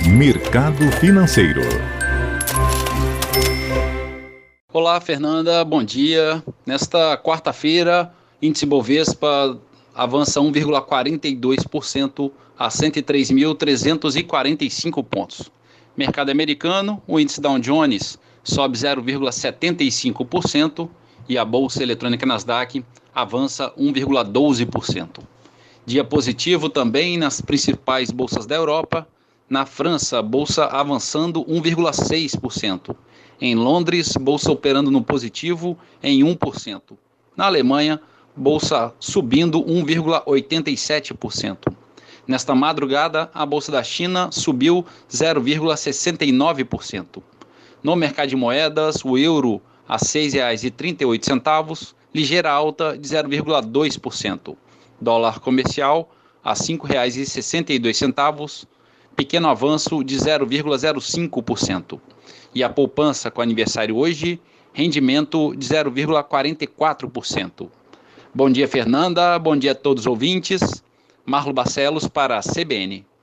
Mercado Financeiro. Olá, Fernanda, bom dia. Nesta quarta-feira, índice Bovespa avança 1,42% a 103.345 pontos. Mercado americano, o índice Dow Jones sobe 0,75% e a bolsa eletrônica Nasdaq avança 1,12%. Dia positivo também nas principais bolsas da Europa. Na França, bolsa avançando 1,6%. Em Londres, bolsa operando no positivo em 1%. Na Alemanha, bolsa subindo 1,87%. Nesta madrugada, a bolsa da China subiu 0,69%. No mercado de moedas, o euro a R$ 6,38, ligeira alta de 0,2%. Dólar comercial a R$ 5,62, pequeno avanço de 0,05%. E a poupança com aniversário hoje, rendimento de 0,44%. Bom dia, Fernanda. Bom dia a todos os ouvintes. Marlo Barcelos para a CBN.